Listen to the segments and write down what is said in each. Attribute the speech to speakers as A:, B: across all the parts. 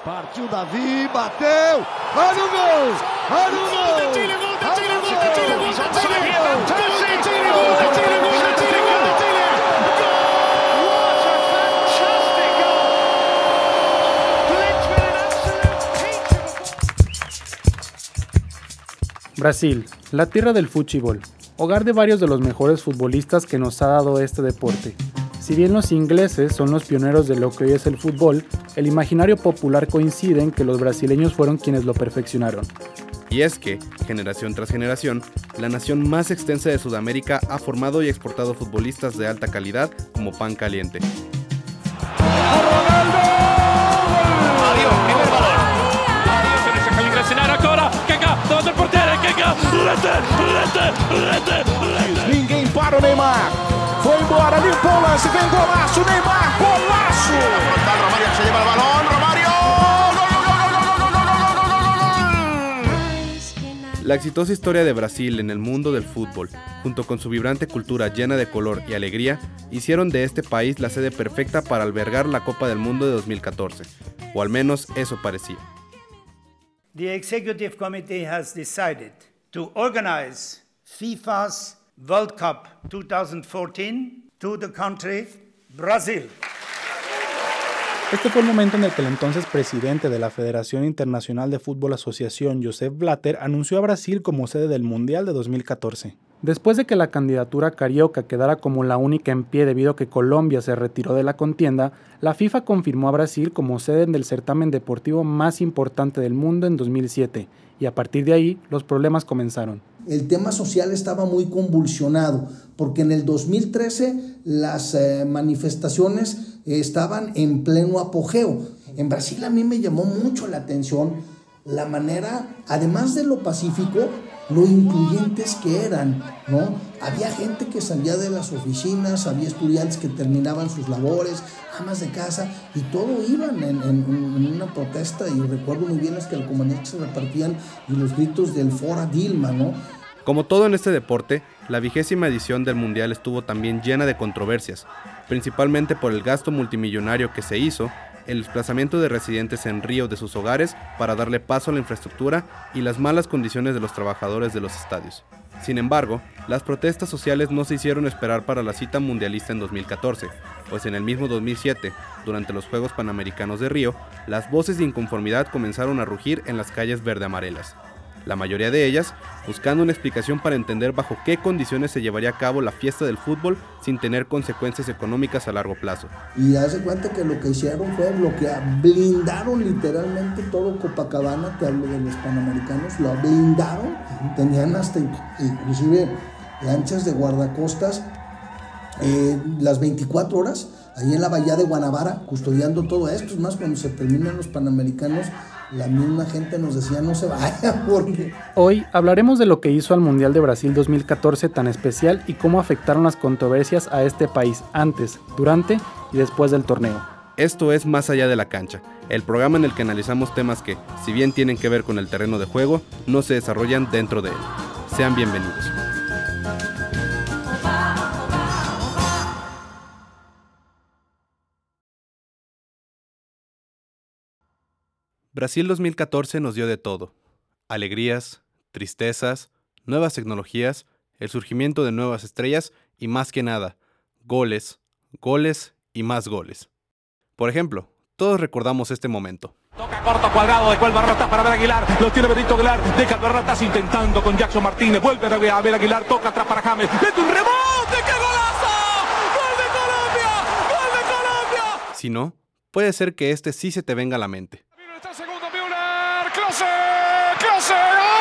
A: Partiu Davi, bateu! Olha o gol! Olha o gol!
B: Brasil, la tierra del fútbol, hogar de varios de los mejores futbolistas que nos ha dado este deporte. Si bien los ingleses son los pioneros de lo que hoy es el fútbol, el imaginario popular coincide en que los brasileños fueron quienes lo perfeccionaron.
C: Y es que, generación tras generación, la nación más extensa de Sudamérica ha formado y exportado futbolistas de alta calidad como pan caliente.
D: Adiós, primer balón. Adiós, en ese caligre cenário agora. Kaká, davanti al portiere, Kaká, rete.
A: Ninguém para o Neymar. Foi embora, limpou o lance, vem golaço, Neymar, golaço!
E: Frontal, Romario se lleva el balón, Romario.
C: La exitosa historia de Brasil en el mundo del fútbol, junto con su vibrante cultura llena de color y alegría, hicieron de este país la sede perfecta para albergar la Copa del Mundo de 2014, o al menos eso parecía.
F: The Executive Committee has decided to organize FIFA's World Cup 2014 to the country Brazil.
B: Este fue el momento en el que el entonces presidente de la Federación Internacional de Fútbol Asociación, Josep Blatter, anunció a Brasil como sede del Mundial de 2014. Después de que la candidatura carioca quedara como la única en pie debido a que Colombia se retiró de la contienda, la FIFA confirmó a Brasil como sede del certamen deportivo más importante del mundo en 2007, y a partir de ahí los problemas comenzaron.
G: El tema social estaba muy convulsionado, porque en el 2013 las manifestaciones estaban en pleno apogeo. En Brasil a mí me llamó mucho la atención la manera, además de lo pacífico, lo incluyentes que eran, ¿no? Había gente que salía de las oficinas, había estudiantes que terminaban sus labores, amas de casa, y todo iban en una protesta, y recuerdo muy bien las calcomanías que se repartían y los gritos del Fora Dilma, ¿no?
C: Como todo en este deporte, la 20ª edición del Mundial estuvo también llena de controversias, principalmente por el gasto multimillonario que se hizo, el desplazamiento de residentes en Río de sus hogares para darle paso a la infraestructura y las malas condiciones de los trabajadores de los estadios. Sin embargo, las protestas sociales no se hicieron esperar para la cita mundialista en 2014, pues en el mismo 2007, durante los Juegos Panamericanos de Río, las voces de inconformidad comenzaron a rugir en las calles verde-amarelas. La mayoría de ellas buscando una explicación para entender bajo qué condiciones se llevaría a cabo la fiesta del fútbol sin tener consecuencias económicas a largo plazo.
G: Y hace cuenta que lo que hicieron fue blindaron literalmente todo Copacabana, te hablo de los Panamericanos, lo blindaron, tenían hasta inclusive lanchas de guardacostas las 24 horas, ahí en la bahía de Guanabara, custodiando todo esto. Es más, cuando se terminan los Panamericanos, la misma gente nos decía no se vaya porque...
B: Hoy hablaremos de lo que hizo al Mundial de Brasil 2014 tan especial y cómo afectaron las controversias a este país antes, durante y después del torneo.
C: Esto es Más allá de la cancha, el programa en el que analizamos temas que, si bien tienen que ver con el terreno de juego, no se desarrollan dentro de él. Sean bienvenidos. Brasil 2014 nos dio de todo: alegrías, tristezas, nuevas tecnologías, el surgimiento de nuevas estrellas y, más que nada, goles, goles y más goles. Por ejemplo, todos recordamos este momento.
D: Toca corto, Cuadrado, de cual Barrotas para ver Aguilar, lo tiene Benito Aguilar, deja Barrotas intentando con Jackson Martínez, vuelve a ver Aguilar, toca atrás para James, mete un rebote, ¡qué golazo! ¡Gol de Colombia! ¡Gol de Colombia!
C: Si no, puede ser que este sí se te venga a la mente.
D: Segundo Müller, Klose, ¡gol!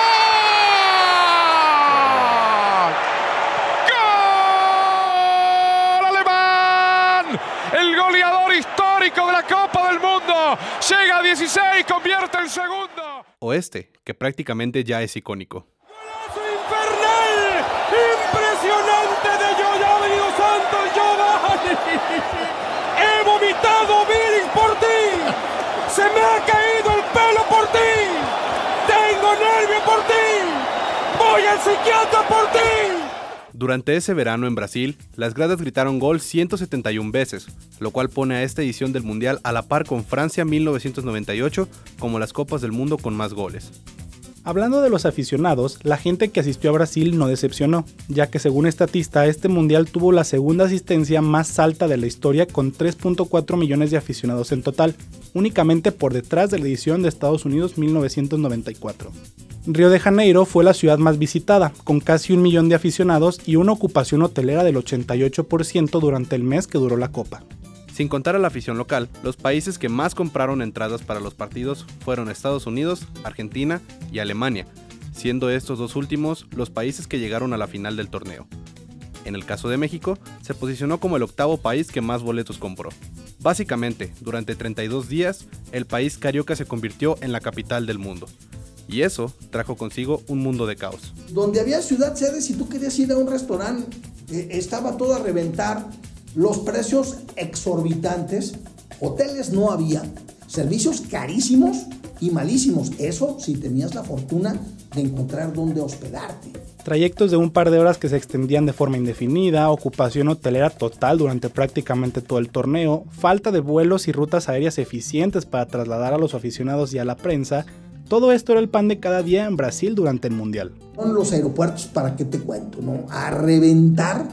D: ¡Gol alemán! El goleador histórico de la Copa del Mundo llega a 16, convierte el segundo.
C: O este, que prácticamente ya es icónico.
D: ¡Golazo infernal! ¡Impresionante de Giovanni Dos Santos, Giovanni! ¡He vomitado Vélez por ti! ¡Se me ha caído el pelo por ti! ¡Tengo nervio por ti! ¡Voy al psiquiatra por ti!
C: Durante ese verano en Brasil, las gradas gritaron gol 171 veces, lo cual pone a esta edición del Mundial a la par con Francia 1998 como las Copas del Mundo con más goles.
B: Hablando de los aficionados, la gente que asistió a Brasil no decepcionó, ya que según Statista este mundial tuvo la segunda asistencia más alta de la historia con 3.4 millones de aficionados en total, únicamente por detrás de la edición de Estados Unidos 1994. Río de Janeiro fue la ciudad más visitada, con casi 1 millón de aficionados y una ocupación hotelera del 88% durante el mes que duró la Copa.
C: Sin contar a la afición local, los países que más compraron entradas para los partidos fueron Estados Unidos, Argentina y Alemania, siendo estos dos últimos los países que llegaron a la final del torneo. En el caso de México, se posicionó como el 8º país que más boletos compró. Básicamente, durante 32 días, el país carioca se convirtió en la capital del mundo. Y eso trajo consigo un mundo de caos.
G: Donde había ciudad sede, si tú querías ir a un restaurante, estaba todo a reventar, los precios exorbitantes, hoteles no había, servicios carísimos y malísimos. Eso si tenías la fortuna de encontrar dónde hospedarte.
B: Trayectos de un par de horas que se extendían de forma indefinida, ocupación hotelera total durante prácticamente todo el torneo, falta de vuelos y rutas aéreas eficientes para trasladar a los aficionados y a la prensa. Todo esto era el pan de cada día en Brasil durante el Mundial.
G: Con los aeropuertos, ¿para qué te cuento? ¿No? A reventar,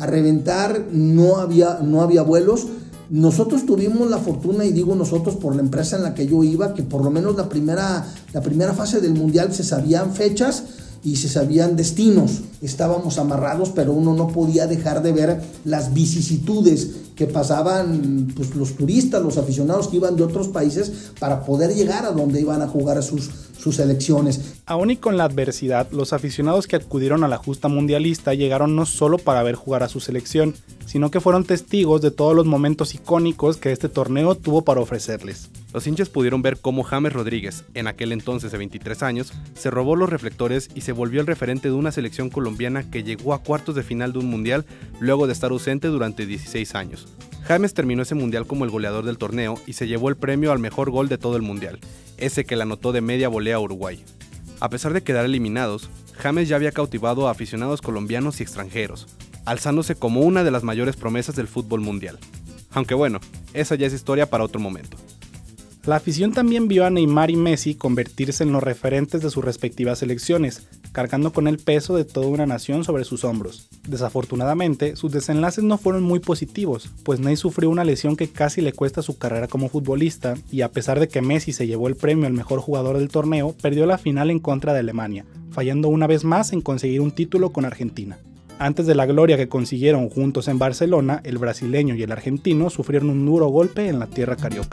G: no había vuelos. Nosotros tuvimos la fortuna, y digo nosotros por la empresa en la que yo iba, que por lo menos la primera fase del Mundial se sabían fechas y se sabían destinos. Estábamos amarrados, pero uno no podía dejar de ver las vicisitudes que pasaban pues, los turistas, los aficionados que iban de otros países para poder llegar a donde iban a jugar a sus selecciones.
B: Aún y con la adversidad, los aficionados que acudieron a la justa mundialista llegaron no solo para ver jugar a su selección, sino que fueron testigos de todos los momentos icónicos que este torneo tuvo para ofrecerles.
C: Los hinchas pudieron ver cómo James Rodríguez, en aquel entonces de 23 años, se robó los reflectores y se volvió el referente de una selección colombiana que llegó a cuartos de final de un mundial luego de estar ausente durante 16 años. James terminó ese mundial como el goleador del torneo y se llevó el premio al mejor gol de todo el mundial, ese que le anotó de media volea a Uruguay. A pesar de quedar eliminados, James ya había cautivado a aficionados colombianos y extranjeros, alzándose como una de las mayores promesas del fútbol mundial. Aunque bueno, esa ya es historia para otro momento.
B: La afición también vio a Neymar y Messi convertirse en los referentes de sus respectivas selecciones, cargando con el peso de toda una nación sobre sus hombros. Desafortunadamente, sus desenlaces no fueron muy positivos, pues Ney sufrió una lesión que casi le cuesta su carrera como futbolista, y a pesar de que Messi se llevó el premio al mejor jugador del torneo, perdió la final en contra de Alemania, fallando una vez más en conseguir un título con Argentina. Antes de la gloria que consiguieron juntos en Barcelona, el brasileño y el argentino sufrieron un duro golpe en la tierra carioca.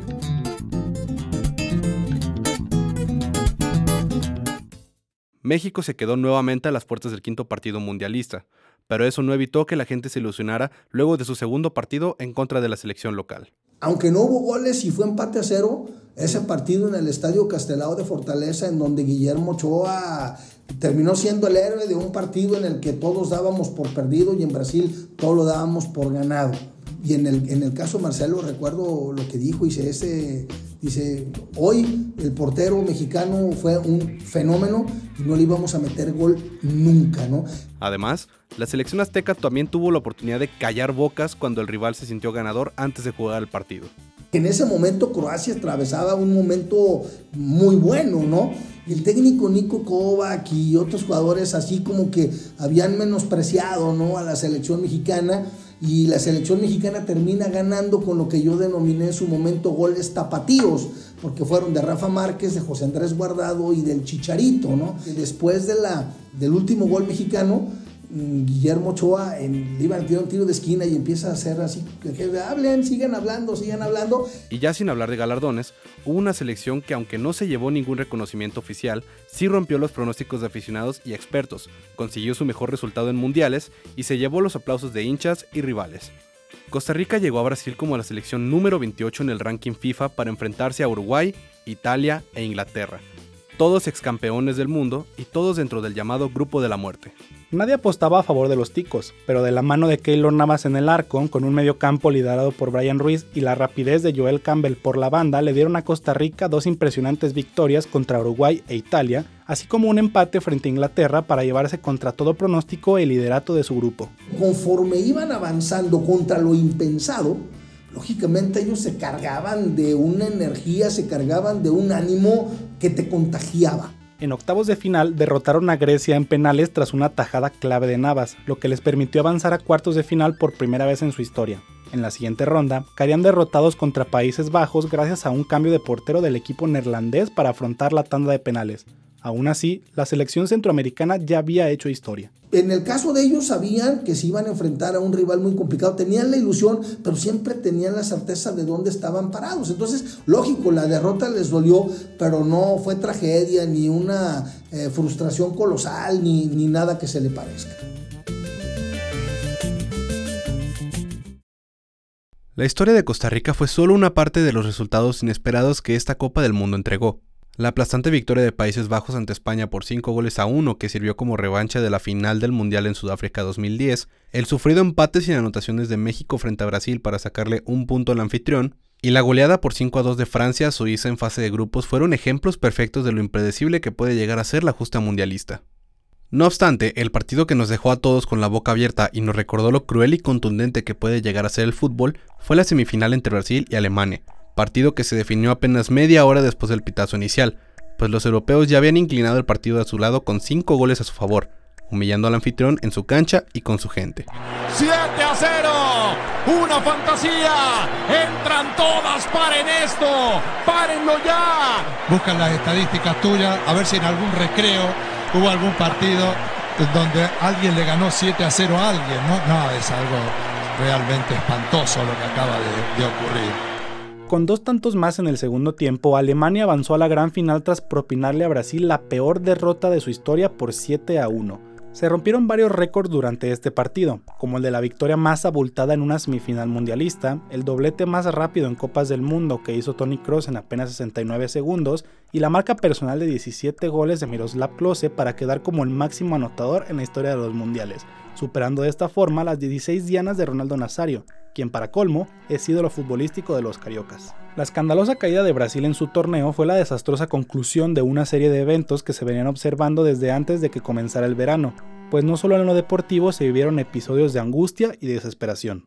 C: México se quedó nuevamente a las puertas del quinto partido mundialista, pero eso no evitó que la gente se ilusionara luego de su segundo partido en contra de la selección local.
G: Aunque no hubo goles y fue empate a 0, ese partido en el Estadio Castelao de Fortaleza, en donde Guillermo Ochoa terminó siendo el héroe de un partido en el que todos dábamos por perdido y en Brasil todo lo dábamos por ganado. Y en el caso de Marcelo, recuerdo lo que dijo, dice, hoy el portero mexicano fue un fenómeno y no le íbamos a meter gol nunca, ¿no?
C: Además, la selección azteca también tuvo la oportunidad de callar bocas cuando el rival se sintió ganador antes de jugar el partido.
G: En ese momento Croacia atravesaba un momento muy bueno, ¿no? El técnico Niko Kovac y otros jugadores así como que habían menospreciado, ¿no?, a la selección mexicana, y la selección mexicana termina ganando con lo que yo denominé en su momento goles tapatíos, porque fueron de Rafa Márquez, de José Andrés Guardado y del Chicharito, ¿no? Y después del último gol mexicano, Guillermo Ochoa le iba a tirar un tiro de esquina y empieza a hacer así, hablen, sigan hablando.
C: Y ya sin hablar de galardones, hubo una selección que, aunque no se llevó ningún reconocimiento oficial, sí rompió los pronósticos de aficionados y expertos, consiguió su mejor resultado en mundiales y se llevó los aplausos de hinchas y rivales. Costa Rica llegó a Brasil como la selección número 28 en el ranking FIFA para enfrentarse a Uruguay, Italia e Inglaterra, todos excampeones del mundo y todos dentro del llamado Grupo de la Muerte.
B: Nadie apostaba a favor de los ticos, pero de la mano de Keylor Navas en el arco, con un mediocampo liderado por Brian Ruiz y la rapidez de Joel Campbell por la banda, le dieron a Costa Rica 2 impresionantes victorias contra Uruguay e Italia, así como un empate frente a Inglaterra para llevarse contra todo pronóstico el liderato de su grupo.
G: Conforme iban avanzando contra lo impensado, lógicamente ellos se cargaban de una energía, se cargaban de un ánimo que te contagiaba.
B: En octavos de final derrotaron a Grecia en penales tras una tajada clave de Navas, lo que les permitió avanzar a cuartos de final por primera vez en su historia. En la siguiente ronda, caerían derrotados contra Países Bajos gracias a un cambio de portero del equipo neerlandés para afrontar la tanda de penales. Aún así, la selección centroamericana ya había hecho historia.
G: En el caso de ellos sabían que se iban a enfrentar a un rival muy complicado, tenían la ilusión, pero siempre tenían la certeza de dónde estaban parados. Entonces, lógico, la derrota les dolió, pero no fue tragedia, ni una frustración colosal, ni nada que se le parezca.
C: La historia de Costa Rica fue solo una parte de los resultados inesperados que esta Copa del Mundo entregó. La aplastante victoria de Países Bajos ante España por 5-1, que sirvió como revancha de la final del Mundial en Sudáfrica 2010, el sufrido empate sin anotaciones de México frente a Brasil para sacarle un punto al anfitrión, y la goleada por 5-2 de Francia a Suiza en fase de grupos fueron ejemplos perfectos de lo impredecible que puede llegar a ser la justa mundialista. No obstante, el partido que nos dejó a todos con la boca abierta y nos recordó lo cruel y contundente que puede llegar a ser el fútbol fue la semifinal entre Brasil y Alemania, partido que se definió apenas media hora después del pitazo inicial, pues los europeos ya habían inclinado el partido a su lado con 5 goles a su favor, humillando al anfitrión en su cancha y con su gente.
D: 7-0, una fantasía, entran todas, paren esto, párenlo ya.
H: Buscan las estadísticas tuyas, a ver si en algún recreo hubo algún partido donde alguien le ganó 7-0 a alguien, ¿no? No, es algo realmente espantoso lo que acaba de ocurrir.
B: Con 2 tantos más en el segundo tiempo, Alemania avanzó a la gran final tras propinarle a Brasil la peor derrota de su historia por 7-1. Se rompieron varios récords durante este partido, como el de la victoria más abultada en una semifinal mundialista, el doblete más rápido en Copas del Mundo que hizo Toni Kroos en apenas 69 segundos y la marca personal de 17 goles de Miroslav Klose para quedar como el máximo anotador en la historia de los mundiales, superando de esta forma las 16 dianas de Ronaldo Nazario, quien para colmo es ídolo futbolístico de los cariocas. La escandalosa caída de Brasil en su torneo fue la desastrosa conclusión de una serie de eventos que se venían observando desde antes de que comenzara el verano, pues no solo en lo deportivo se vivieron episodios de angustia y desesperación.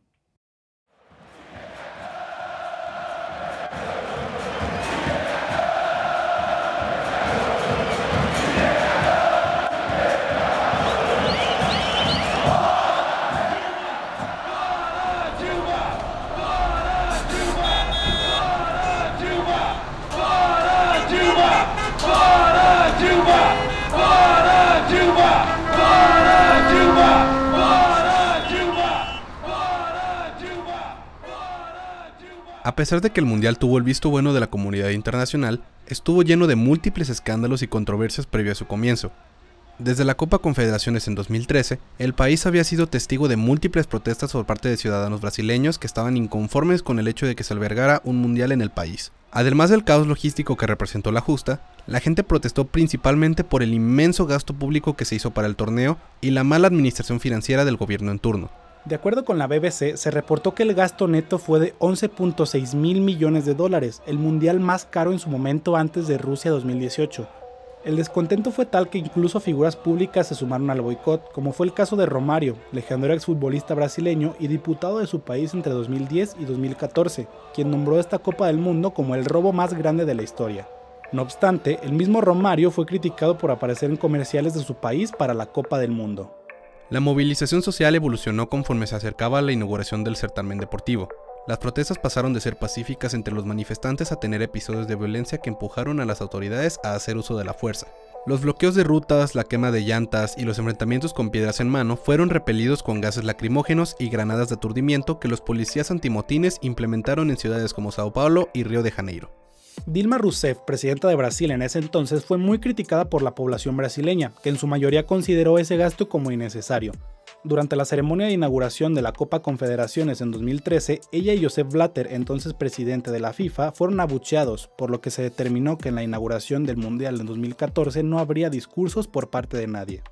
C: A pesar de que el Mundial tuvo el visto bueno de la comunidad internacional, estuvo lleno de múltiples escándalos y controversias previo a su comienzo. Desde la Copa Confederaciones en 2013, el país había sido testigo de múltiples protestas por parte de ciudadanos brasileños que estaban inconformes con el hecho de que se albergara un mundial en el país. Además del caos logístico que representó la justa, la gente protestó principalmente por el inmenso gasto público que se hizo para el torneo y la mala administración financiera del gobierno en turno.
B: De acuerdo con la BBC, se reportó que el gasto neto fue de 11.6 mil millones de dólares, el mundial más caro en su momento antes de Rusia 2018. El descontento fue tal que incluso figuras públicas se sumaron al boicot, como fue el caso de Romário, legendario exfutbolista brasileño y diputado de su país entre 2010 y 2014, quien nombró esta Copa del Mundo como el robo más grande de la historia. No obstante, el mismo Romário fue criticado por aparecer en comerciales de su país para la Copa del Mundo.
C: La movilización social evolucionó conforme se acercaba a la inauguración del certamen deportivo. Las protestas pasaron de ser pacíficas entre los manifestantes a tener episodios de violencia que empujaron a las autoridades a hacer uso de la fuerza. Los bloqueos de rutas, la quema de llantas y los enfrentamientos con piedras en mano fueron repelidos con gases lacrimógenos y granadas de aturdimiento que los policías antimotines implementaron en ciudades como Sao Paulo y Río de Janeiro.
B: Dilma Rousseff, presidenta de Brasil en ese entonces, fue muy criticada por la población brasileña, que en su mayoría consideró ese gasto como innecesario. Durante la ceremonia de inauguración de la Copa Confederaciones en 2013, ella y Joseph Blatter, entonces presidente de la FIFA, fueron abucheados, por lo que se determinó que en la inauguración del Mundial en 2014 no habría discursos por parte de nadie.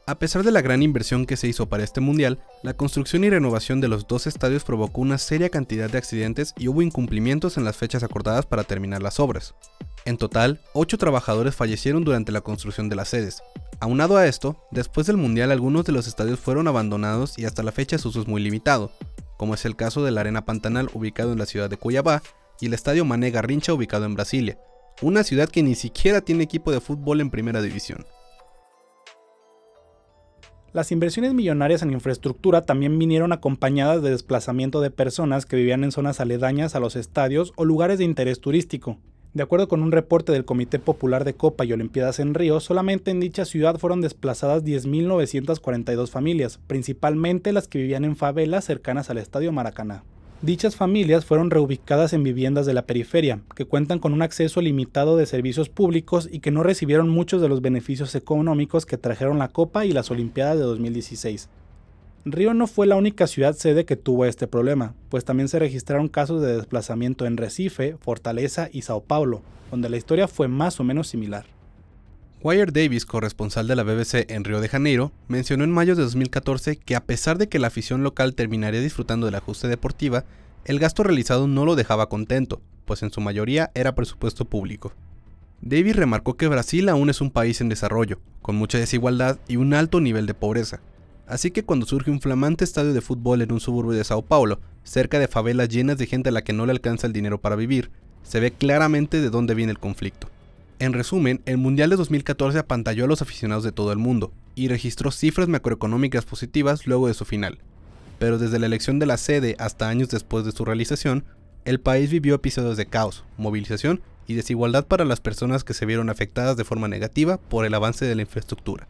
C: A pesar de la gran inversión que se hizo para este mundial, la construcción y renovación de los dos estadios provocó una seria cantidad de accidentes y hubo incumplimientos en las fechas acordadas para terminar las obras. En total, 8 trabajadores fallecieron durante la construcción de las sedes. Aunado a esto, después del mundial algunos de los estadios fueron abandonados y hasta la fecha su uso es muy limitado, como es el caso de la Arena Pantanal ubicado en la ciudad de Cuiabá y el Estadio Mané Garrincha ubicado en Brasilia, una ciudad que ni siquiera tiene equipo de fútbol en primera división.
B: Las inversiones millonarias en infraestructura también vinieron acompañadas de desplazamiento de personas que vivían en zonas aledañas a los estadios o lugares de interés turístico. De acuerdo con un reporte del Comité Popular de Copa y Olimpiadas en Río, solamente en dicha ciudad fueron desplazadas 10.942 familias, principalmente las que vivían en favelas cercanas al Estadio Maracaná. Dichas familias fueron reubicadas en viviendas de la periferia, que cuentan con un acceso limitado de servicios públicos y que no recibieron muchos de los beneficios económicos que trajeron la Copa y las Olimpiadas de 2016. Río no fue la única ciudad sede que tuvo este problema, pues también se registraron casos de desplazamiento en Recife, Fortaleza y Sao Paulo, donde la historia fue más o menos similar.
C: Wire Davis, corresponsal de la BBC en Río de Janeiro, mencionó en mayo de 2014 que a pesar de que la afición local terminaría disfrutando del ajuste deportiva, el gasto realizado no lo dejaba contento, pues en su mayoría era presupuesto público. Davis remarcó que Brasil aún es un país en desarrollo, con mucha desigualdad y un alto nivel de pobreza, así que cuando surge un flamante estadio de fútbol en un suburbio de Sao Paulo, cerca de favelas llenas de gente a la que no le alcanza el dinero para vivir, se ve claramente de dónde viene el conflicto. En resumen, el Mundial de 2014 apantalló a los aficionados de todo el mundo y registró cifras macroeconómicas positivas luego de su final. Pero desde la elección de la sede hasta años después de su realización, el país vivió episodios de caos, movilización y desigualdad para las personas que se vieron afectadas de forma negativa por el avance de la infraestructura.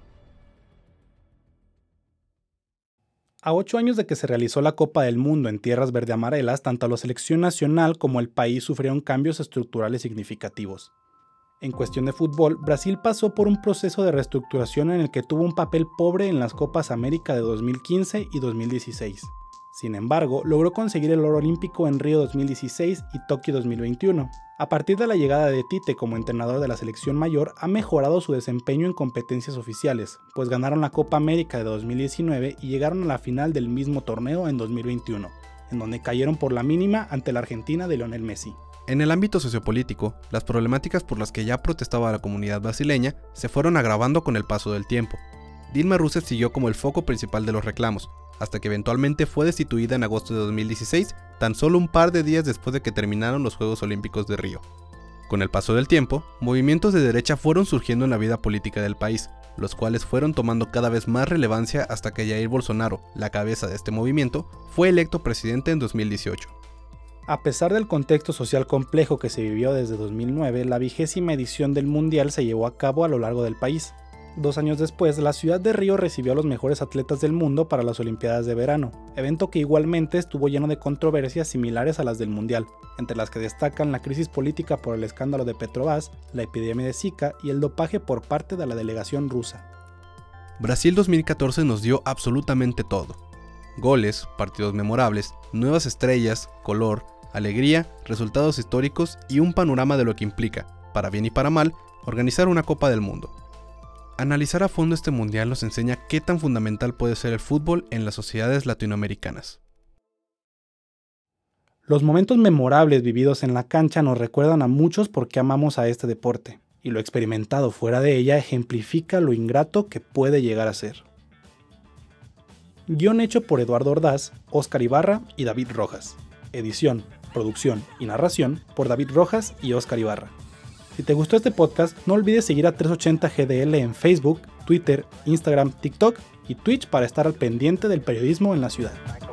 B: A 8 años de que se realizó la Copa del Mundo en tierras verde-amarelas, tanto la selección nacional como el país sufrieron cambios estructurales significativos. En cuestión de fútbol, Brasil pasó por un proceso de reestructuración en el que tuvo un papel pobre en las Copas América de 2015 y 2016. Sin embargo, logró conseguir el oro olímpico en Río 2016 y Tokio 2021. A partir de la llegada de Tite como entrenador de la selección mayor, ha mejorado su desempeño en competencias oficiales, pues ganaron la Copa América de 2019 y llegaron a la final del mismo torneo en 2021, en donde cayeron por la mínima ante la Argentina de Lionel Messi.
C: En el ámbito sociopolítico, las problemáticas por las que ya protestaba la comunidad brasileña se fueron agravando con el paso del tiempo. Dilma Rousseff siguió como el foco principal de los reclamos, hasta que eventualmente fue destituida en agosto de 2016, tan solo un par de días después de que terminaron los Juegos Olímpicos de Río. Con el paso del tiempo, movimientos de derecha fueron surgiendo en la vida política del país, los cuales fueron tomando cada vez más relevancia hasta que Jair Bolsonaro, la cabeza de este movimiento, fue electo presidente en 2018.
B: A pesar del contexto social complejo que se vivió desde 2009, la 20ª edición del Mundial se llevó a cabo a lo largo del país. 2 años después, la ciudad de Río recibió a los mejores atletas del mundo para las Olimpiadas de Verano, evento que igualmente estuvo lleno de controversias similares a las del Mundial, entre las que destacan la crisis política por el escándalo de Petrobras, la epidemia de Zika y el dopaje por parte de la delegación rusa.
C: Brasil 2014 nos dio absolutamente todo. Goles, partidos memorables, nuevas estrellas, color, alegría, resultados históricos y un panorama de lo que implica, para bien y para mal, organizar una Copa del Mundo. Analizar a fondo este mundial nos enseña qué tan fundamental puede ser el fútbol en las sociedades latinoamericanas.
B: Los momentos memorables vividos en la cancha nos recuerdan a muchos por qué amamos a este deporte, y lo experimentado fuera de ella ejemplifica lo ingrato que puede llegar a ser. Guión hecho por Eduardo Ordaz, Óscar Ibarra y David Rojas. Edición, producción y narración por David Rojas y Óscar Ibarra. Si te gustó este podcast, no olvides seguir a 380 GDL en Facebook, Twitter, Instagram, TikTok y Twitch para estar al pendiente del periodismo en la ciudad.